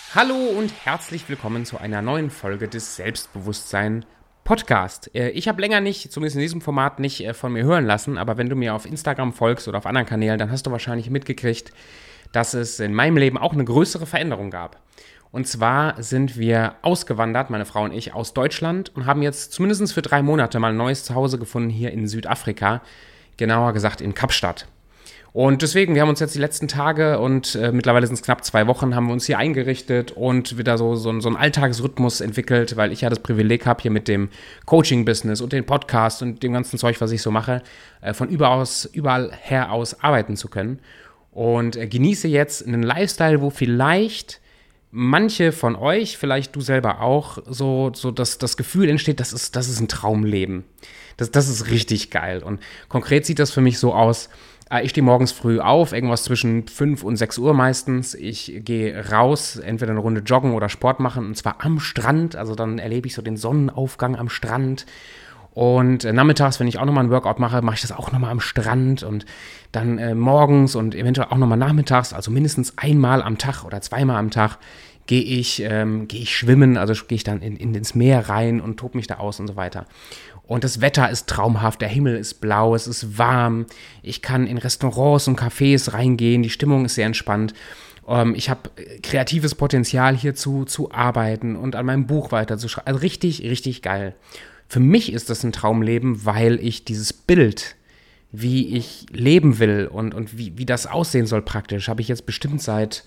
Hallo und herzlich willkommen zu einer neuen Folge des Selbstbewusstsein Podcast. Ich habe länger nicht, zumindest in diesem Format, nicht von mir hören lassen, aber wenn du mir auf Instagram folgst oder auf anderen Kanälen, dann hast du wahrscheinlich mitgekriegt, dass es in meinem Leben auch eine größere Veränderung gab. Und zwar sind wir ausgewandert, meine Frau und ich, aus Deutschland und haben jetzt zumindest für 3 Monate mal ein neues Zuhause gefunden hier in Südafrika, genauer gesagt in Kapstadt. Und deswegen, wir haben uns jetzt die letzten Tage und mittlerweile sind es knapp 2 Wochen, haben wir uns hier eingerichtet und wieder so einen Alltagsrhythmus entwickelt, weil ich ja das Privileg habe, hier mit dem Coaching-Business und dem Podcast und dem ganzen Zeug, was ich so mache, von überall her aus arbeiten zu können. Und genieße jetzt einen Lifestyle, wo vielleicht manche von euch, vielleicht du selber auch, so das Gefühl entsteht, das ist ein Traumleben. Das ist richtig geil. Und konkret sieht das für mich so aus: Ich stehe morgens früh auf, irgendwas zwischen 5 und 6 Uhr meistens. Ich gehe raus, entweder eine Runde joggen oder Sport machen, und zwar am Strand. Also dann erlebe ich so den Sonnenaufgang am Strand. Und nachmittags, wenn ich auch nochmal ein Workout mache, mache ich das auch nochmal am Strand. Und dann morgens und eventuell auch nochmal nachmittags, also mindestens einmal am Tag oder zweimal am Tag, gehe ich schwimmen, also gehe ich dann ins Meer rein und tobe mich da aus und so weiter. Und das Wetter ist traumhaft, der Himmel ist blau, es ist warm, ich kann in Restaurants und Cafés reingehen, die Stimmung ist sehr entspannt. Ich habe kreatives Potenzial hierzu zu arbeiten und an meinem Buch weiterzuschreiben. Also richtig, richtig geil. Für mich ist das ein Traumleben, weil ich dieses Bild, wie ich leben will und wie das aussehen soll praktisch, habe ich jetzt bestimmt seit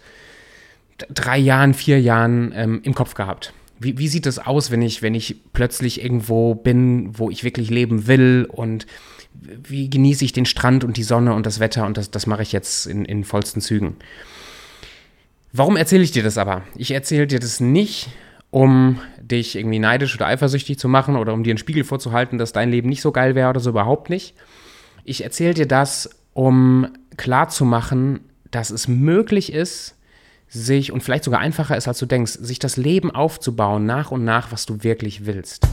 3 Jahren, 4 Jahren im Kopf gehabt. Wie sieht das aus, wenn ich plötzlich irgendwo bin, wo ich wirklich leben will, und wie genieße ich den Strand und die Sonne und das Wetter, und das mache ich jetzt in vollsten Zügen. Warum erzähle ich dir das aber? Ich erzähle dir das nicht, um dich irgendwie neidisch oder eifersüchtig zu machen oder um dir einen Spiegel vorzuhalten, dass dein Leben nicht so geil wäre oder so, überhaupt nicht. Ich erzähle dir das, um klarzumachen, dass es möglich ist, sich, und vielleicht sogar einfacher ist, als du denkst, sich das Leben aufzubauen, nach und nach, was du wirklich willst.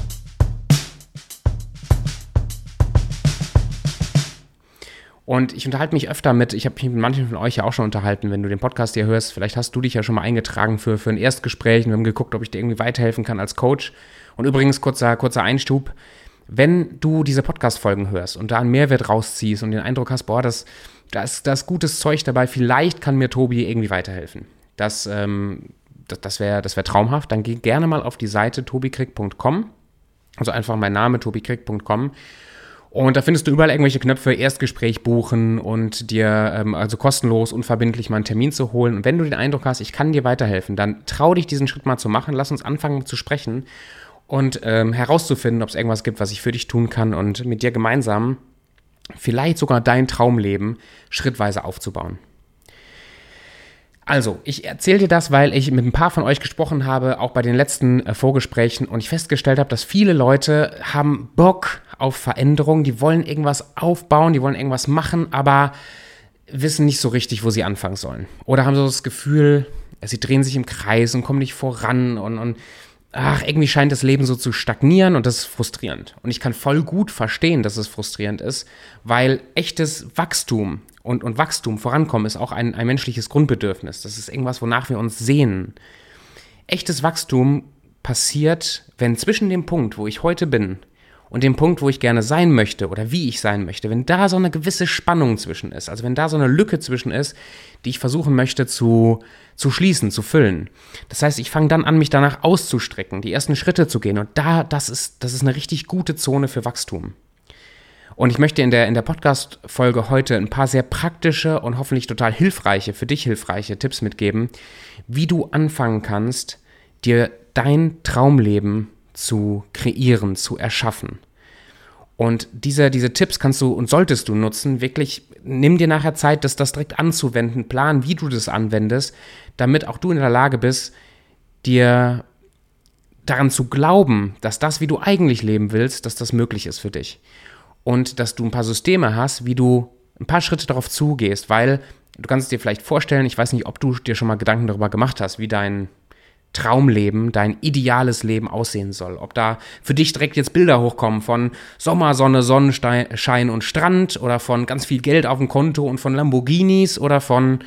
Und ich unterhalte mich öfter ich habe mich mit manchen von euch ja auch schon unterhalten, wenn du den Podcast hier hörst, vielleicht hast du dich ja schon mal eingetragen für ein Erstgespräch, und wir haben geguckt, ob ich dir irgendwie weiterhelfen kann als Coach. Und übrigens, kurzer Einschub: Wenn du diese Podcast-Folgen hörst und da einen Mehrwert rausziehst und den Eindruck hast, boah, da ist gutes Zeug dabei, vielleicht kann mir Tobi irgendwie weiterhelfen. Das wäre traumhaft. Dann geh gerne mal auf die Seite tobikrieg.com, also einfach mein Name, tobikrieg.com, und da findest du überall irgendwelche Knöpfe, Erstgespräch buchen und dir also kostenlos, unverbindlich mal einen Termin zu holen. Und wenn du den Eindruck hast, ich kann dir weiterhelfen, dann trau dich, diesen Schritt mal zu machen. Lass uns anfangen zu sprechen und herauszufinden, ob es irgendwas gibt, was ich für dich tun kann, und mit dir gemeinsam vielleicht sogar dein Traumleben schrittweise aufzubauen. Also, ich erzähle dir das, weil ich mit ein paar von euch gesprochen habe, auch bei den letzten Vorgesprächen, und ich festgestellt habe, dass viele Leute haben Bock auf Veränderung, die wollen irgendwas aufbauen, die wollen irgendwas machen, aber wissen nicht so richtig, wo sie anfangen sollen. Oder haben so das Gefühl, sie drehen sich im Kreis und kommen nicht voran und irgendwie scheint das Leben so zu stagnieren, und das ist frustrierend. Und ich kann voll gut verstehen, dass es frustrierend ist, weil echtes Wachstum und Wachstum, Vorankommen, ist auch ein menschliches Grundbedürfnis. Das ist irgendwas, wonach wir uns sehnen. Echtes Wachstum passiert, wenn zwischen dem Punkt, wo ich heute bin, und dem Punkt, wo ich gerne sein möchte oder wie ich sein möchte, wenn da so eine gewisse Spannung zwischen ist, also wenn da so eine Lücke zwischen ist, die ich versuchen möchte zu schließen, zu füllen. Das heißt, ich fange dann an, mich danach auszustrecken, die ersten Schritte zu gehen, und das ist eine richtig gute Zone für Wachstum. Und ich möchte in der Podcast-Folge heute ein paar sehr praktische und hoffentlich total für dich hilfreiche Tipps mitgeben, wie du anfangen kannst, dir dein Traumleben zu kreieren, zu erschaffen. Und diese Tipps kannst du und solltest du nutzen. Wirklich, nimm dir nachher Zeit, das direkt anzuwenden, plan, wie du das anwendest, damit auch du in der Lage bist, dir daran zu glauben, dass das, wie du eigentlich leben willst, dass das möglich ist für dich. Und dass du ein paar Systeme hast, wie du ein paar Schritte darauf zugehst, weil du kannst es dir vielleicht vorstellen, ich weiß nicht, ob du dir schon mal Gedanken darüber gemacht hast, wie dein Traumleben, dein ideales Leben aussehen soll. Ob da für dich direkt jetzt Bilder hochkommen von Sommer, Sonne, Sonnenschein und Strand, oder von ganz viel Geld auf dem Konto und von Lamborghinis oder von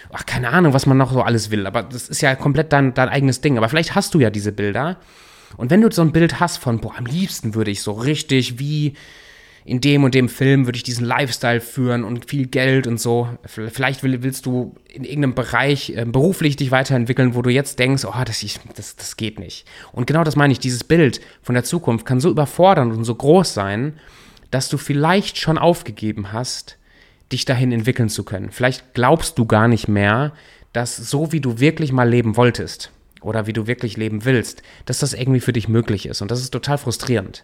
ach, keine Ahnung, was man noch so alles will, aber das ist ja komplett dein eigenes Ding. Aber vielleicht hast du ja diese Bilder. Und wenn du so ein Bild hast von, boah, am liebsten würde ich so richtig wie in dem und dem Film würde ich diesen Lifestyle führen und viel Geld und so. Vielleicht willst du in irgendeinem Bereich beruflich dich weiterentwickeln, wo du jetzt denkst, oh, das geht nicht. Und genau das meine ich, dieses Bild von der Zukunft kann so überfordernd und so groß sein, dass du vielleicht schon aufgegeben hast, dich dahin entwickeln zu können. Vielleicht glaubst du gar nicht mehr, dass so wie du wirklich mal leben wolltest oder wie du wirklich leben willst, dass das irgendwie für dich möglich ist. Und das ist total frustrierend.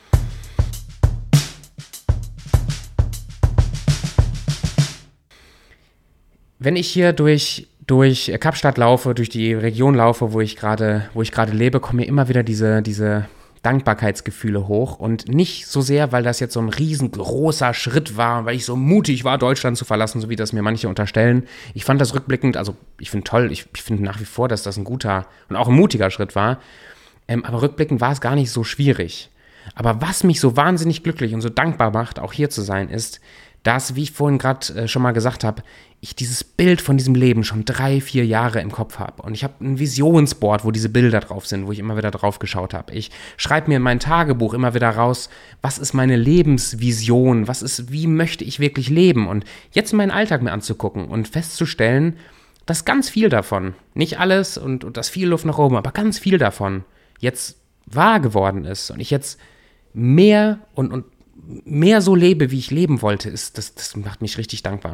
Wenn ich hier durch Kapstadt laufe, durch die Region laufe, wo ich gerade lebe, kommen mir immer wieder diese Dankbarkeitsgefühle hoch. Und nicht so sehr, weil das jetzt so ein riesengroßer Schritt war, weil ich so mutig war, Deutschland zu verlassen, so wie das mir manche unterstellen. Ich fand das rückblickend, also ich finde toll, ich finde nach wie vor, dass das ein guter und auch ein mutiger Schritt war. Aber rückblickend war es gar nicht so schwierig. Aber was mich so wahnsinnig glücklich und so dankbar macht, auch hier zu sein, ist, dass, wie ich vorhin gerade schon mal gesagt habe, ich dieses Bild von diesem Leben schon 3-4 Jahre im Kopf habe. Und ich habe ein Visionsboard, wo diese Bilder drauf sind, wo ich immer wieder drauf geschaut habe. Ich schreibe mir in mein Tagebuch immer wieder raus, was ist meine Lebensvision, wie möchte ich wirklich leben? Und jetzt meinen Alltag mir anzugucken und festzustellen, dass ganz viel davon, nicht alles und das viel Luft nach oben, aber ganz viel davon jetzt wahr geworden ist. Und ich jetzt mehr und mehr so lebe, wie ich leben wollte, das macht mich richtig dankbar.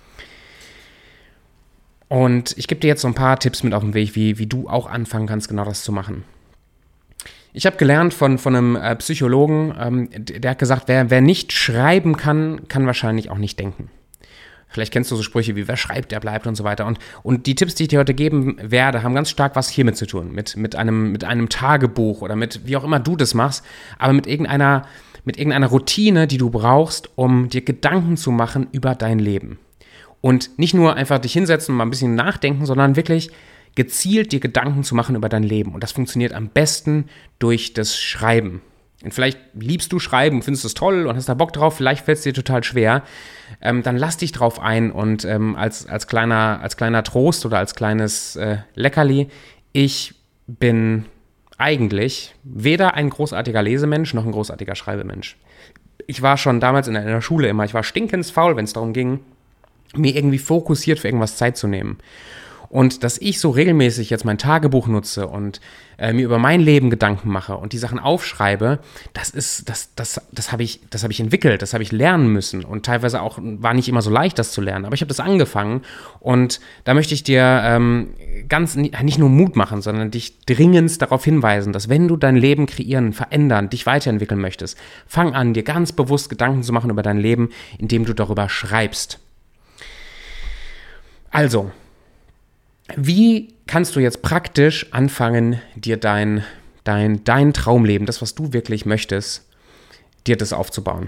Und ich gebe dir jetzt so ein paar Tipps mit auf den Weg, wie du auch anfangen kannst, genau das zu machen. Ich habe gelernt von einem Psychologen, der hat gesagt, wer nicht schreiben kann, kann wahrscheinlich auch nicht denken. Vielleicht kennst du so Sprüche wie, wer schreibt, der bleibt und so weiter. Und die Tipps, die ich dir heute geben werde, haben ganz stark was hiermit zu tun. Mit einem Tagebuch oder mit wie auch immer du das machst, aber mit irgendeiner Routine, die du brauchst, um dir Gedanken zu machen über dein Leben. Und nicht nur einfach dich hinsetzen und mal ein bisschen nachdenken, sondern wirklich gezielt dir Gedanken zu machen über dein Leben. Und das funktioniert am besten durch das Schreiben. Und vielleicht liebst du Schreiben und findest es toll und hast da Bock drauf, vielleicht fällt es dir total schwer. Dann lass dich drauf ein und als kleiner Trost oder als kleines Leckerli, ich bin eigentlich weder ein großartiger Lesemensch noch ein großartiger Schreibemensch. Ich war schon damals in der Schule immer, ich war stinkensfaul, wenn es darum ging, mir irgendwie fokussiert für irgendwas Zeit zu nehmen. Und dass ich so regelmäßig jetzt mein Tagebuch nutze und mir über mein Leben Gedanken mache und die Sachen aufschreibe, das habe ich entwickelt, das habe ich lernen müssen. Und teilweise auch war nicht immer so leicht, das zu lernen. Aber ich habe das angefangen und da möchte ich dir nicht nur Mut machen, sondern dich dringend darauf hinweisen, dass wenn du dein Leben kreieren, verändern, dich weiterentwickeln möchtest, fang an, dir ganz bewusst Gedanken zu machen über dein Leben, indem du darüber schreibst. Also, wie kannst du jetzt praktisch anfangen, dir dein Traumleben, das, was du wirklich möchtest, dir das aufzubauen?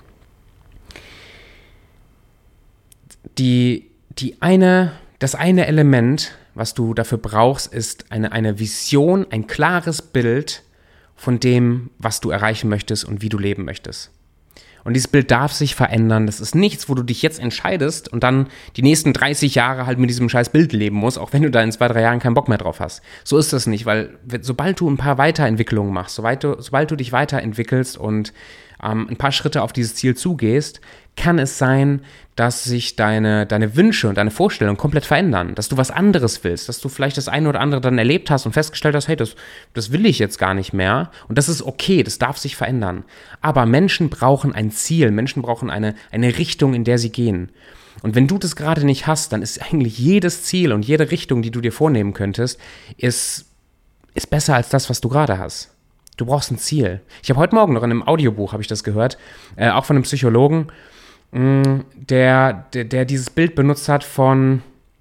Das eine Element, was du dafür brauchst, ist eine Vision, ein klares Bild von dem, was du erreichen möchtest und wie du leben möchtest. Und dieses Bild darf sich verändern. Das ist nichts, wo du dich jetzt entscheidest und dann die nächsten 30 Jahre halt mit diesem scheiß Bild leben musst, auch wenn du da in 2-3 Jahren keinen Bock mehr drauf hast. So ist das nicht, weil sobald du ein paar Weiterentwicklungen machst, sobald du dich weiterentwickelst und ein paar Schritte auf dieses Ziel zugehst, kann es sein, dass sich deine Wünsche und deine Vorstellungen komplett verändern, dass du was anderes willst, dass du vielleicht das eine oder andere dann erlebt hast und festgestellt hast, hey, das will ich jetzt gar nicht mehr und das ist okay, das darf sich verändern. Aber Menschen brauchen ein Ziel, Menschen brauchen eine Richtung, in der sie gehen. Und wenn du das gerade nicht hast, dann ist eigentlich jedes Ziel und jede Richtung, die du dir vornehmen könntest, ist besser als das, was du gerade hast. Du brauchst ein Ziel. Ich habe heute Morgen noch in einem Audiobuch, habe ich das gehört, auch von einem Psychologen, der dieses Bild benutzt hat von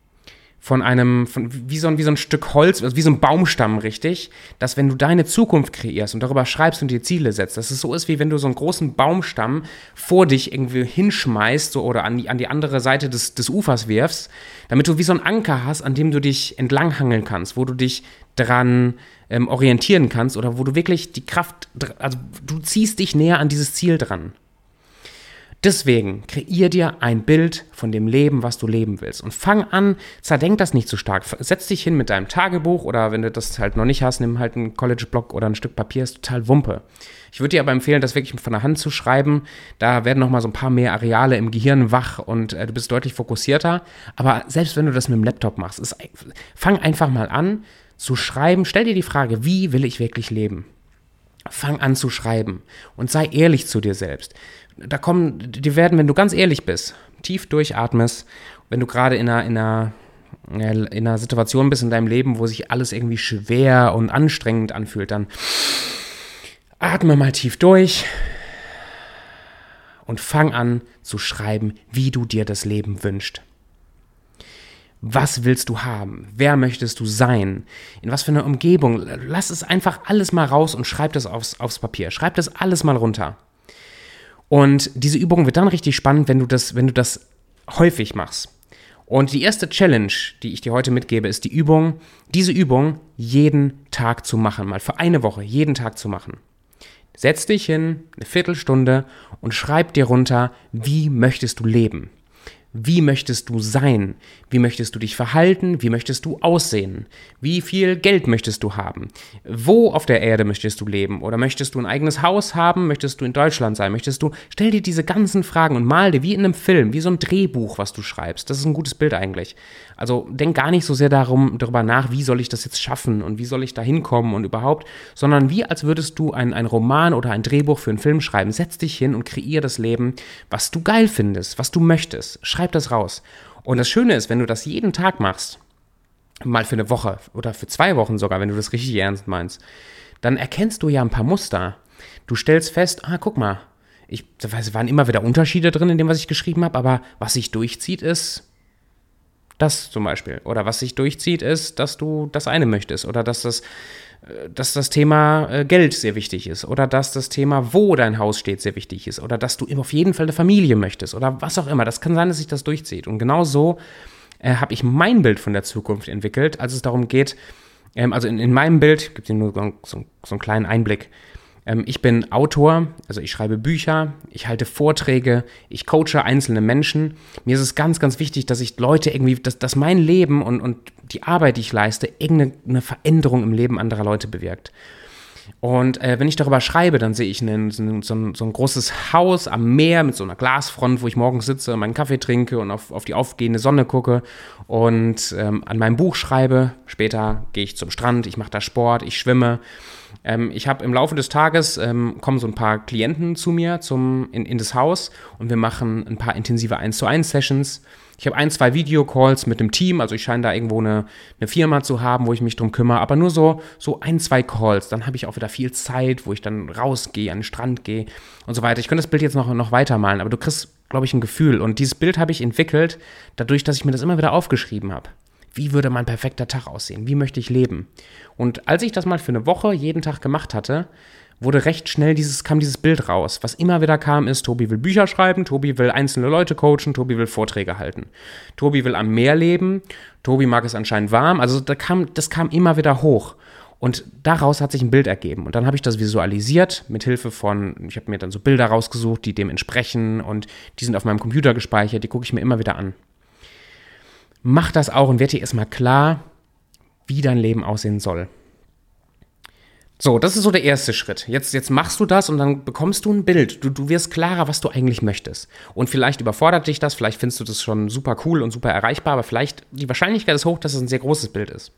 wie so ein Stück Holz, also wie so ein Baumstamm, richtig, dass wenn du deine Zukunft kreierst und darüber schreibst und dir Ziele setzt, dass es so ist, wie wenn du so einen großen Baumstamm vor dich irgendwie hinschmeißt so, oder an die andere Seite des Ufers wirfst, damit du wie so einen Anker hast, an dem du dich entlanghangeln kannst, wo du dich dran orientieren kannst oder wo du wirklich die Kraft, also du ziehst dich näher an dieses Ziel dran. Deswegen kreier dir ein Bild von dem Leben, was du leben willst. Und fang an, zerdenk das nicht so stark. Setz dich hin mit deinem Tagebuch oder wenn du das halt noch nicht hast, nimm halt einen College-Block oder ein Stück Papier, ist total Wumpe. Ich würde dir aber empfehlen, das wirklich von der Hand zu schreiben. Da werden nochmal so ein paar mehr Areale im Gehirn wach und du bist deutlich fokussierter. Aber selbst wenn du das mit dem Laptop machst, fang einfach mal an zu schreiben. Stell dir die Frage, wie will ich wirklich leben? Fang an zu schreiben und sei ehrlich zu dir selbst. Die werden, wenn du ganz ehrlich bist, tief durchatmest, wenn du gerade in einer Situation bist in deinem Leben, wo sich alles irgendwie schwer und anstrengend anfühlt, dann atme mal tief durch und fang an zu schreiben, wie du dir das Leben wünschst. Was willst du haben? Wer möchtest du sein? In was für einer Umgebung? Lass es einfach alles mal raus und schreib das aufs Papier. Schreib das alles mal runter. Und diese Übung wird dann richtig spannend, wenn du das häufig machst. Und die erste Challenge, die ich dir heute mitgebe, ist diese Übung jeden Tag zu machen. Mal für eine Woche, jeden Tag zu machen. Setz dich hin, eine Viertelstunde und schreib dir runter, wie möchtest du leben? Wie möchtest du sein? Wie möchtest du dich verhalten? Wie möchtest du aussehen? Wie viel Geld möchtest du haben? Wo auf der Erde möchtest du leben? Oder möchtest du ein eigenes Haus haben? Möchtest du in Deutschland sein? Stell dir diese ganzen Fragen und mal dir wie in einem Film, wie so ein Drehbuch, was du schreibst. Das ist ein gutes Bild eigentlich. Also denk gar nicht so sehr darüber nach, wie soll ich das jetzt schaffen und wie soll ich da hinkommen und überhaupt, sondern wie als würdest du ein Roman oder ein Drehbuch für einen Film schreiben. Setz dich hin und kreier das Leben, was du geil findest, was du möchtest. Schreib das raus. Und das Schöne ist, wenn du das jeden Tag machst, mal für eine Woche oder für 2 Wochen sogar, wenn du das richtig ernst meinst, dann erkennst du ja ein paar Muster. Du stellst fest, guck mal, es waren immer wieder Unterschiede drin in dem, was ich geschrieben habe, aber was sich durchzieht, ist das zum Beispiel. Oder was sich durchzieht, ist, dass du das eine möchtest. Oder dass das Thema Geld sehr wichtig ist. Oder dass das Thema, wo dein Haus steht, sehr wichtig ist. Oder dass du auf jeden Fall eine Familie möchtest. Oder was auch immer. Das kann sein, dass sich das durchzieht. Und genau so habe ich mein Bild von der Zukunft entwickelt, als es darum geht, also in meinem Bild, ich gebe dir nur so einen kleinen Einblick, ich bin Autor, also ich schreibe Bücher, ich halte Vorträge, ich coache einzelne Menschen. Mir ist es ganz, ganz wichtig, dass ich Leute irgendwie, dass mein Leben und die Arbeit, die ich leiste, irgendeine Veränderung im Leben anderer Leute bewirkt. Und wenn ich darüber schreibe, dann sehe ich so ein großes Haus am Meer mit so einer Glasfront, wo ich morgens sitze, meinen Kaffee trinke und auf die aufgehende Sonne gucke und an meinem Buch schreibe. Später gehe ich zum Strand, ich mache da Sport, ich schwimme. Ich habe im Laufe des Tages, kommen so ein paar Klienten zu mir in das Haus und wir machen ein paar intensive 1:1-Sessions. Ich habe 1, 2 Videocalls mit dem Team, also ich scheine da irgendwo eine Firma zu haben, wo ich mich drum kümmere, aber nur so 1, 2 Calls. Dann habe ich auch wieder viel Zeit, wo ich dann rausgehe, an den Strand gehe und so weiter. Ich könnte das Bild jetzt noch weitermalen, aber du kriegst, glaube ich, ein Gefühl. Und dieses Bild habe ich entwickelt, dadurch, dass ich mir das immer wieder aufgeschrieben habe. Wie würde mein perfekter Tag aussehen? Wie möchte ich leben? Und als ich das mal für eine Woche jeden Tag gemacht hatte, wurde recht schnell kam dieses Bild raus. Was immer wieder kam, ist, Tobi will Bücher schreiben, Tobi will einzelne Leute coachen, Tobi will Vorträge halten. Tobi will am Meer leben, Tobi mag es anscheinend warm. Also das kam immer wieder hoch. Und daraus hat sich ein Bild ergeben. Und dann habe ich das visualisiert mit Hilfe ich habe mir dann so Bilder rausgesucht, die dem entsprechen und die sind auf meinem Computer gespeichert, die gucke ich mir immer wieder an. Mach das auch und werd dir erstmal klar, wie dein Leben aussehen soll. So, das ist so der erste Schritt. Jetzt machst du das und dann bekommst du ein Bild. Du wirst klarer, was du eigentlich möchtest. Und vielleicht überfordert dich das, vielleicht findest du das schon super cool und super erreichbar, aber vielleicht die Wahrscheinlichkeit ist hoch, dass es ein sehr großes Bild ist.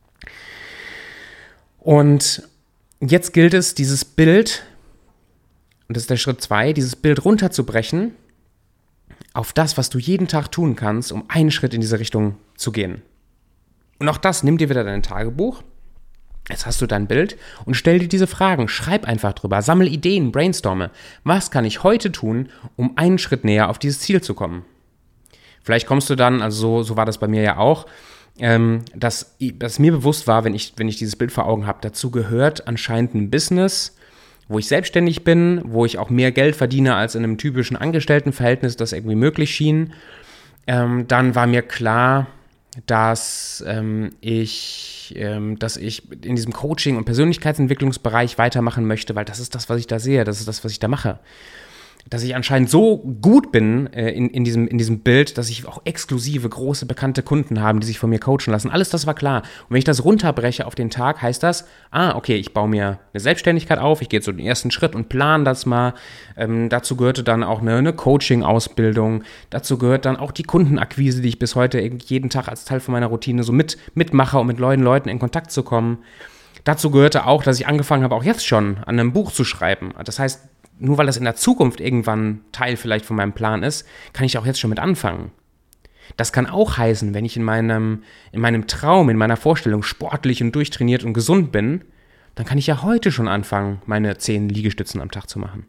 Und jetzt gilt es, dieses Bild, und das ist der Schritt 2, dieses Bild runterzubrechen auf das, was du jeden Tag tun kannst, um einen Schritt in diese Richtung zu gehen. Und auch das, nimm dir wieder dein Tagebuch, jetzt hast du dein Bild und stell dir diese Fragen, schreib einfach drüber, sammel Ideen, brainstorme. Was kann ich heute tun, um einen Schritt näher auf dieses Ziel zu kommen? Vielleicht kommst du dann, also so war das bei mir ja auch, dass mir bewusst war, wenn ich dieses Bild vor Augen habe, dazu gehört anscheinend ein Business, wo ich selbstständig bin, wo ich auch mehr Geld verdiene als in einem typischen Angestelltenverhältnis, das irgendwie möglich schien. Dann war mir klar, dass ich in diesem Coaching- und Persönlichkeitsentwicklungsbereich weitermachen möchte, weil das ist das, was ich da sehe, das ist das, was ich da mache. dass ich anscheinend so gut bin in diesem Bild, dass ich auch exklusive, große, bekannte Kunden habe, die sich von mir coachen lassen. Alles das war klar. Und wenn ich das runterbreche auf den Tag, heißt das, okay, ich baue mir eine Selbstständigkeit auf, ich gehe so den ersten Schritt und plane das mal. Dazu gehörte dann auch eine Coaching-Ausbildung. Dazu gehört dann auch die Kundenakquise, die ich bis heute jeden Tag als Teil von meiner Routine so mitmache, um mit neuen Leuten in Kontakt zu kommen. Dazu gehörte auch, dass ich angefangen habe, auch jetzt schon an einem Buch zu schreiben. Das heißt, nur weil das in der Zukunft irgendwann Teil vielleicht von meinem Plan ist, kann ich auch jetzt schon mit anfangen. Das kann auch heißen, wenn ich in meinem Traum, in meiner Vorstellung sportlich und durchtrainiert und gesund bin, dann kann ich ja heute schon anfangen, meine 10 Liegestützen am Tag zu machen.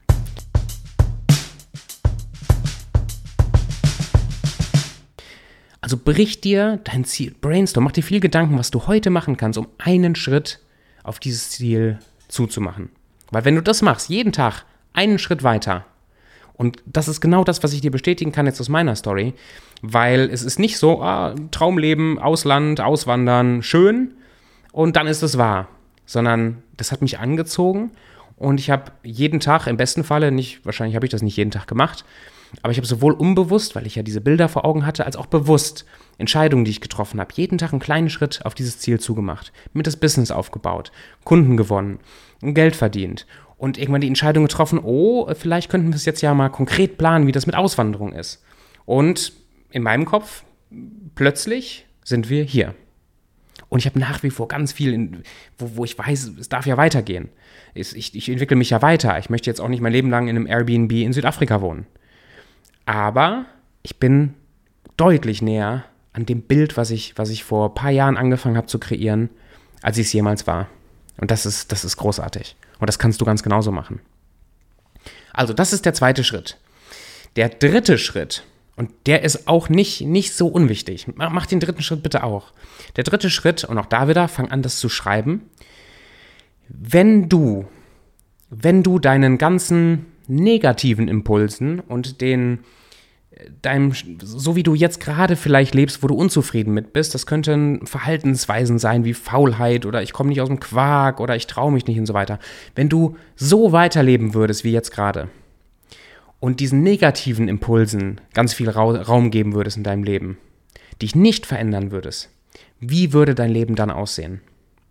Also brich dir dein Ziel, brainstorm, mach dir viel Gedanken, was du heute machen kannst, um einen Schritt auf dieses Ziel zuzumachen. Weil wenn du das machst, jeden Tag einen Schritt weiter, und das ist genau das, was ich dir bestätigen kann jetzt aus meiner Story, weil es ist nicht so, Traumleben, Ausland, Auswandern, schön und dann ist es wahr, sondern das hat mich angezogen und ich habe jeden Tag, im besten Falle, wahrscheinlich habe ich das nicht jeden Tag gemacht, aber ich habe sowohl unbewusst, weil ich ja diese Bilder vor Augen hatte, als auch bewusst Entscheidungen, die ich getroffen habe, jeden Tag einen kleinen Schritt auf dieses Ziel zugemacht, mir das Business aufgebaut, Kunden gewonnen, Geld verdient und irgendwann die Entscheidung getroffen, vielleicht könnten wir es jetzt ja mal konkret planen, wie das mit Auswanderung ist. Und in meinem Kopf, plötzlich sind wir hier. Und ich habe nach wie vor ganz viel, wo ich weiß, es darf ja weitergehen. Ich entwickle mich ja weiter. Ich möchte jetzt auch nicht mein Leben lang in einem Airbnb in Südafrika wohnen. Aber ich bin deutlich näher an dem Bild, was ich vor ein paar Jahren angefangen habe zu kreieren, als ich es jemals war. Und das ist großartig. Und das kannst du ganz genauso machen. Also, das ist der zweite Schritt. Der dritte Schritt, und der ist auch nicht so unwichtig. Mach den dritten Schritt bitte auch. Der dritte Schritt, und auch da wieder, fang an, das zu schreiben. Wenn du deinen ganzen negativen Impulsen und so wie du jetzt gerade vielleicht lebst, wo du unzufrieden mit bist, das könnten Verhaltensweisen sein wie Faulheit oder ich komme nicht aus dem Quark oder ich traue mich nicht und so weiter. Wenn du so weiterleben würdest wie jetzt gerade und diesen negativen Impulsen ganz viel Raum geben würdest in deinem Leben, dich nicht verändern würdest, wie würde dein Leben dann aussehen?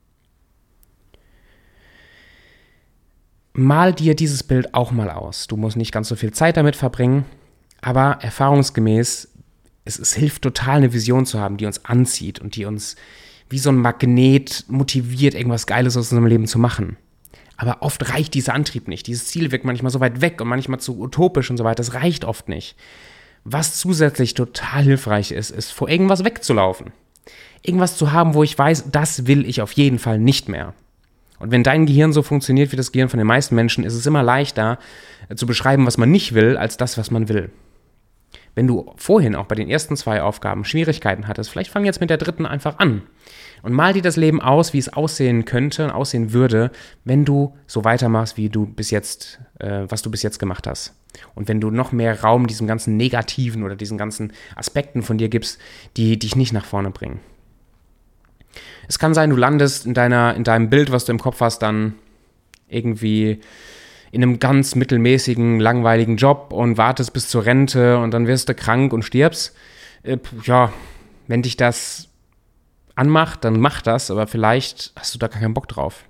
Mal dir dieses Bild auch mal aus. Du musst nicht ganz so viel Zeit damit verbringen, aber erfahrungsgemäß, es hilft total, eine Vision zu haben, die uns anzieht und die uns wie so ein Magnet motiviert, irgendwas Geiles aus unserem Leben zu machen. Aber oft reicht dieser Antrieb nicht. Dieses Ziel wirkt manchmal so weit weg und manchmal zu utopisch und so weiter. Das reicht oft nicht. Was zusätzlich total hilfreich ist vor irgendwas wegzulaufen. Irgendwas zu haben, wo ich weiß, das will ich auf jeden Fall nicht mehr. Und wenn dein Gehirn so funktioniert wie das Gehirn von den meisten Menschen, ist es immer leichter zu beschreiben, was man nicht will, als das, was man will. Wenn du vorhin auch bei den ersten 2 Aufgaben Schwierigkeiten hattest, vielleicht fang jetzt mit der dritten einfach an und mal dir das Leben aus, wie es aussehen könnte und aussehen würde, wenn du so weitermachst, wie du bis jetzt, was du bis jetzt gemacht hast. Und wenn du noch mehr Raum diesem ganzen Negativen oder diesen ganzen Aspekten von dir gibst, die dich nicht nach vorne bringen. Es kann sein, du landest in deinem Bild, was du im Kopf hast, dann irgendwie in einem ganz mittelmäßigen, langweiligen Job und wartest bis zur Rente und dann wirst du krank und stirbst. Wenn dich das anmacht, dann mach das, aber vielleicht hast du da gar keinen Bock drauf.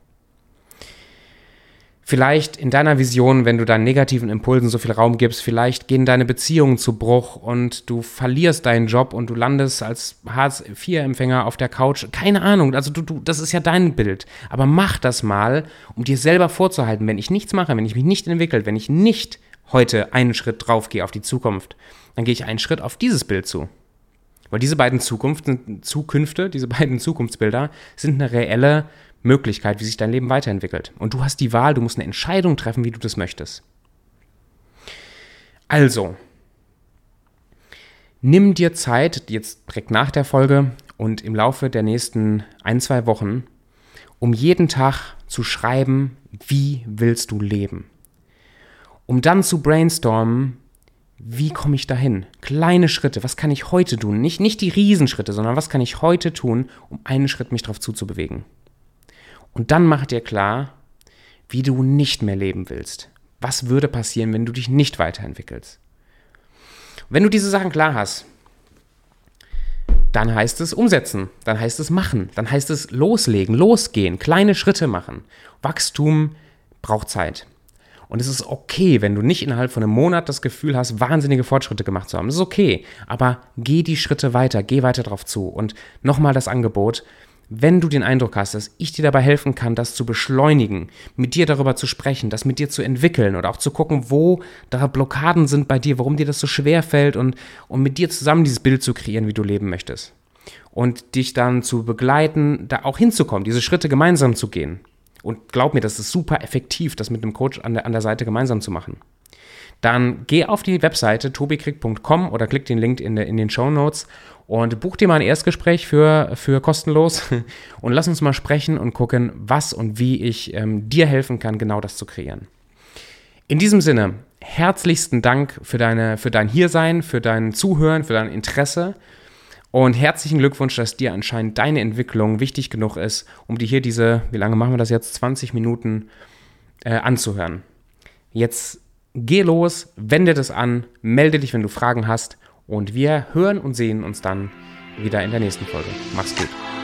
Vielleicht in deiner Vision, wenn du deinen negativen Impulsen so viel Raum gibst, vielleicht gehen deine Beziehungen zu Bruch und du verlierst deinen Job und du landest als Hartz-IV-Empfänger auf der Couch. Keine Ahnung, also das ist ja dein Bild. Aber mach das mal, um dir selber vorzuhalten, wenn ich nichts mache, wenn ich mich nicht entwickle, wenn ich nicht heute einen Schritt drauf gehe auf die Zukunft, dann gehe ich einen Schritt auf dieses Bild zu. Weil diese beiden Zukunftsbilder sind eine reelle Möglichkeit, wie sich dein Leben weiterentwickelt. Und du hast die Wahl, du musst eine Entscheidung treffen, wie du das möchtest. Also, nimm dir Zeit, jetzt direkt nach der Folge und im Laufe der nächsten 1-2 Wochen, um jeden Tag zu schreiben, wie willst du leben? Um dann zu brainstormen, wie komme ich dahin? Kleine Schritte, was kann ich heute tun? Nicht die Riesenschritte, sondern was kann ich heute tun, um einen Schritt mich darauf zuzubewegen? Und dann mach dir klar, wie du nicht mehr leben willst. Was würde passieren, wenn du dich nicht weiterentwickelst? Wenn du diese Sachen klar hast, dann heißt es umsetzen, dann heißt es machen, dann heißt es loslegen, losgehen, kleine Schritte machen. Wachstum braucht Zeit. Und es ist okay, wenn du nicht innerhalb von einem Monat das Gefühl hast, wahnsinnige Fortschritte gemacht zu haben. Das ist okay, aber geh die Schritte weiter, geh weiter drauf zu. Und nochmal das Angebot, wenn du den Eindruck hast, dass ich dir dabei helfen kann, das zu beschleunigen, mit dir darüber zu sprechen, das mit dir zu entwickeln oder auch zu gucken, wo da Blockaden sind bei dir, warum dir das so schwer fällt und mit dir zusammen dieses Bild zu kreieren, wie du leben möchtest. Und dich dann zu begleiten, da auch hinzukommen, diese Schritte gemeinsam zu gehen. Und glaub mir, das ist super effektiv, das mit einem Coach an der Seite gemeinsam zu machen. Dann geh auf die Webseite tobikrieg.com oder klick den Link in den Shownotes und buch dir mal ein Erstgespräch für kostenlos und lass uns mal sprechen und gucken, was und wie ich dir helfen kann, genau das zu kreieren. In diesem Sinne, herzlichsten Dank für dein Hiersein, für dein Zuhören, für dein Interesse. Und herzlichen Glückwunsch, dass dir anscheinend deine Entwicklung wichtig genug ist, um dir hier wie lange machen wir das jetzt, 20 Minuten anzuhören. Jetzt geh los, wende das an, melde dich, wenn du Fragen hast und wir hören und sehen uns dann wieder in der nächsten Folge. Mach's gut.